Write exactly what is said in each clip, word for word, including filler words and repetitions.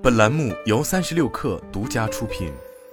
本栏目由三十六氪独家出品。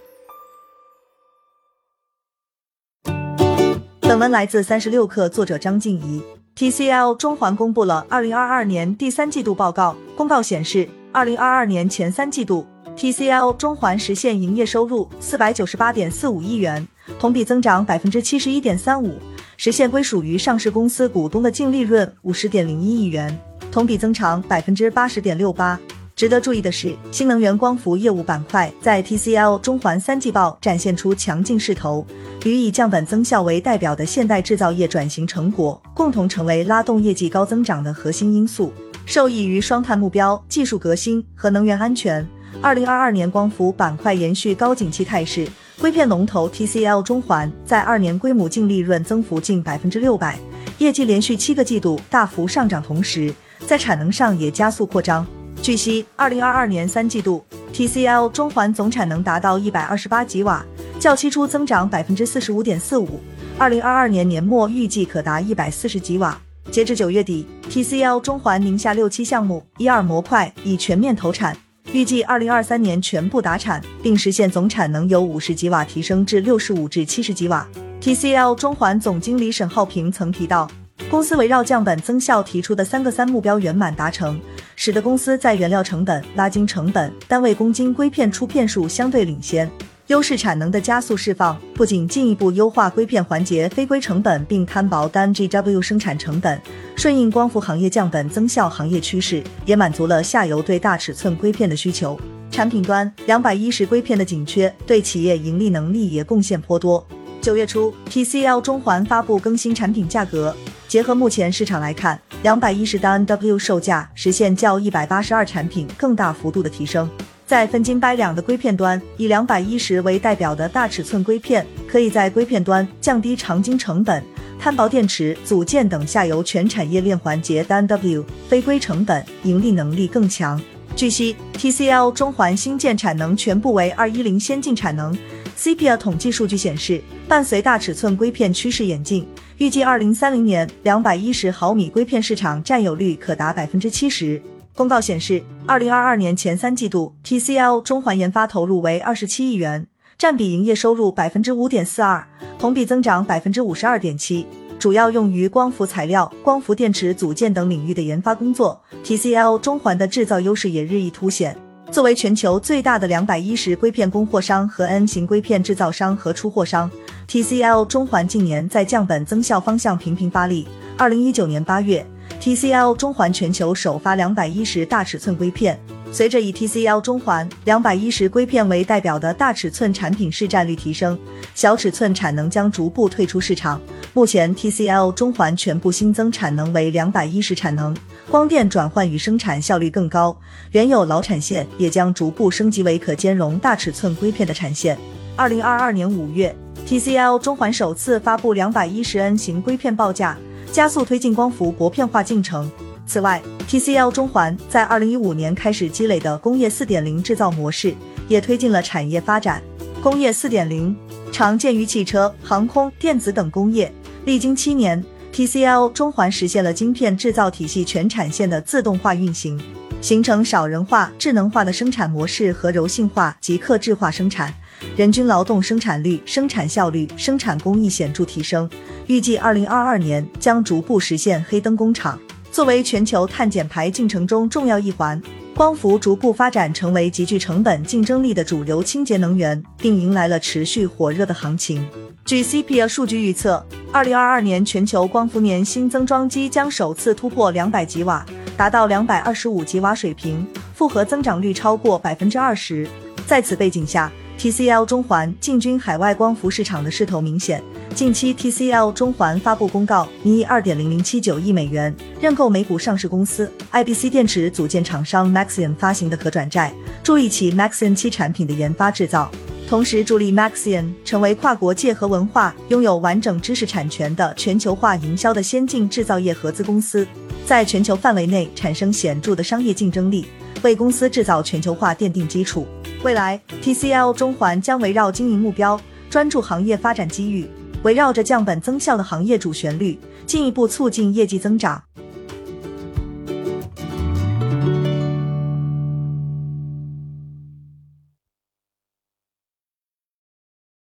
本文来自三十六氪，作者张静怡。T C L 中环公布了二零二二年第三季度报告，公告显示，二零二二年前三季度 T C L 中环实现营业收入 四百九十八点四五亿元，同比增长 百分之七十一点三五， 实现归属于上市公司股东的净利润 五十点零一亿元，同比增长 百分之八十点六八。值得注意的是，新能源光伏业务板块在 T C L 中环三季报展现出强劲势头，与以降本增效为代表的现代制造业转型成果共同成为拉动业绩高增长的核心因素。受益于双碳目标、技术革新和能源安全，二零二二年光伏板块延续高景气态势，硅片龙头 T C L 中环在二年规模净利润增幅近 百分之六百， 业绩连续七个季度大幅上涨，同时在产能上也加速扩张。据悉，二零二二年三季度 T C L 中环总产能达到一百二十八吉瓦，较期初增长 百分之四十五点四五， 二零二二年年末预计可达一百四十吉瓦。截至九月底， T C L 中环宁夏六期项目一二模块已全面投产，预计二零二三年全部达产，并实现总产能由五十吉瓦提升至六十五至七十吉瓦。 T C L 中环总经理沈浩平曾提到，公司围绕降本增效提出的三个三目标圆满达成，使得公司在原料成本、拉筋成本、单位公斤硅片出片数相对领先。优势产能的加速释放不仅进一步优化硅片环节非硅成本，并摊薄单 G W 生产成本，顺应光伏行业降本增效行业趋势，也满足了下游对大尺寸硅片的需求。产品端两百一十硅片的紧缺对企业盈利能力也贡献颇多。九月初 T C L 中环发布更新产品价格，结合目前市场来看，两百一十的 N W 售价实现较一百八十二产品更大幅度的提升。在分斤掰两的硅片端，以两百一十为代表的大尺寸硅片可以在硅片端降低长筋成本、摊薄电池、组件等下游全产业链环节的 N W 非硅成本，盈利能力更强。据悉 T C L 中环新建产能全部为二一零先进产能。 C P A 统计数据显示，伴随大尺寸硅片趋势演进，预计二零三零年两百一十毫米硅片市场占有率可达 百分之七十。 公告显示，二零二二年前三季度 T C L 中环研发投入为二十七亿元，占比营业收入 百分之五点四二， 同比增长 百分之五十二点七， 主要用于光伏材料、光伏电池组件等领域的研发工作。 T C L 中环的制造优势也日益凸显。作为全球最大的两百一十硅片供货商和 N 型硅片制造商和出货商， T C L 中环近年在降本增效方向频频发力。二零一九年八月 T C L 中环全球首发两百一十大尺寸硅片，随着以 T C L 中环两百一十硅片为代表的大尺寸产品市占率提升，小尺寸产能将逐步退出市场。目前 T C L 中环全部新增产能为两百一十产能，光电转换与生产效率更高，原有老产线也将逐步升级为可兼容大尺寸硅片的产线。二零二二年五月 T C L 中环首次发布两百一十 N 型硅片报价，加速推进光伏薄片化进程。此外 T C L 中环在二零一五年开始积累的工业 四点零 制造模式也推进了产业发展。工业 四点零 常见于汽车、航空、电子等工业，历经七年T C L 中环实现了晶片制造体系全产线的自动化运行，形成少人化、智能化的生产模式和柔性化及客制化生产，人均劳动生产率、生产效率、生产工艺显著提升。预计二零二二年将逐步实现黑灯工厂。作为全球碳减排进程中重要一环，光伏逐步发展成为极具成本竞争力的主流清洁能源，并迎来了持续火热的行情。据 C P A 数据预测，二零二二年全球光伏年新增装机将首次突破两百吉瓦，达到两百二十五吉瓦水平，复合增长率超过 百分之二十。 在此背景下， T C L 中环进军海外光伏市场的势头明显。近期 T C L 中环发布公告，拟以 二点零零七九亿美元认购美股上市公司 I B C 电池组件厂商 Maxion 发行的可转债，助力其 Maxion 七产品的研发制造，同时助力 Maxion 成为跨国界和文化、拥有完整知识产权的全球化营销的先进制造业合资公司，在全球范围内产生显著的商业竞争力，为公司制造全球化奠定基础。未来 T C L 中环将围绕经营目标，专注行业发展机遇，围绕着降本增效的行业主旋律，进一步促进业绩增长。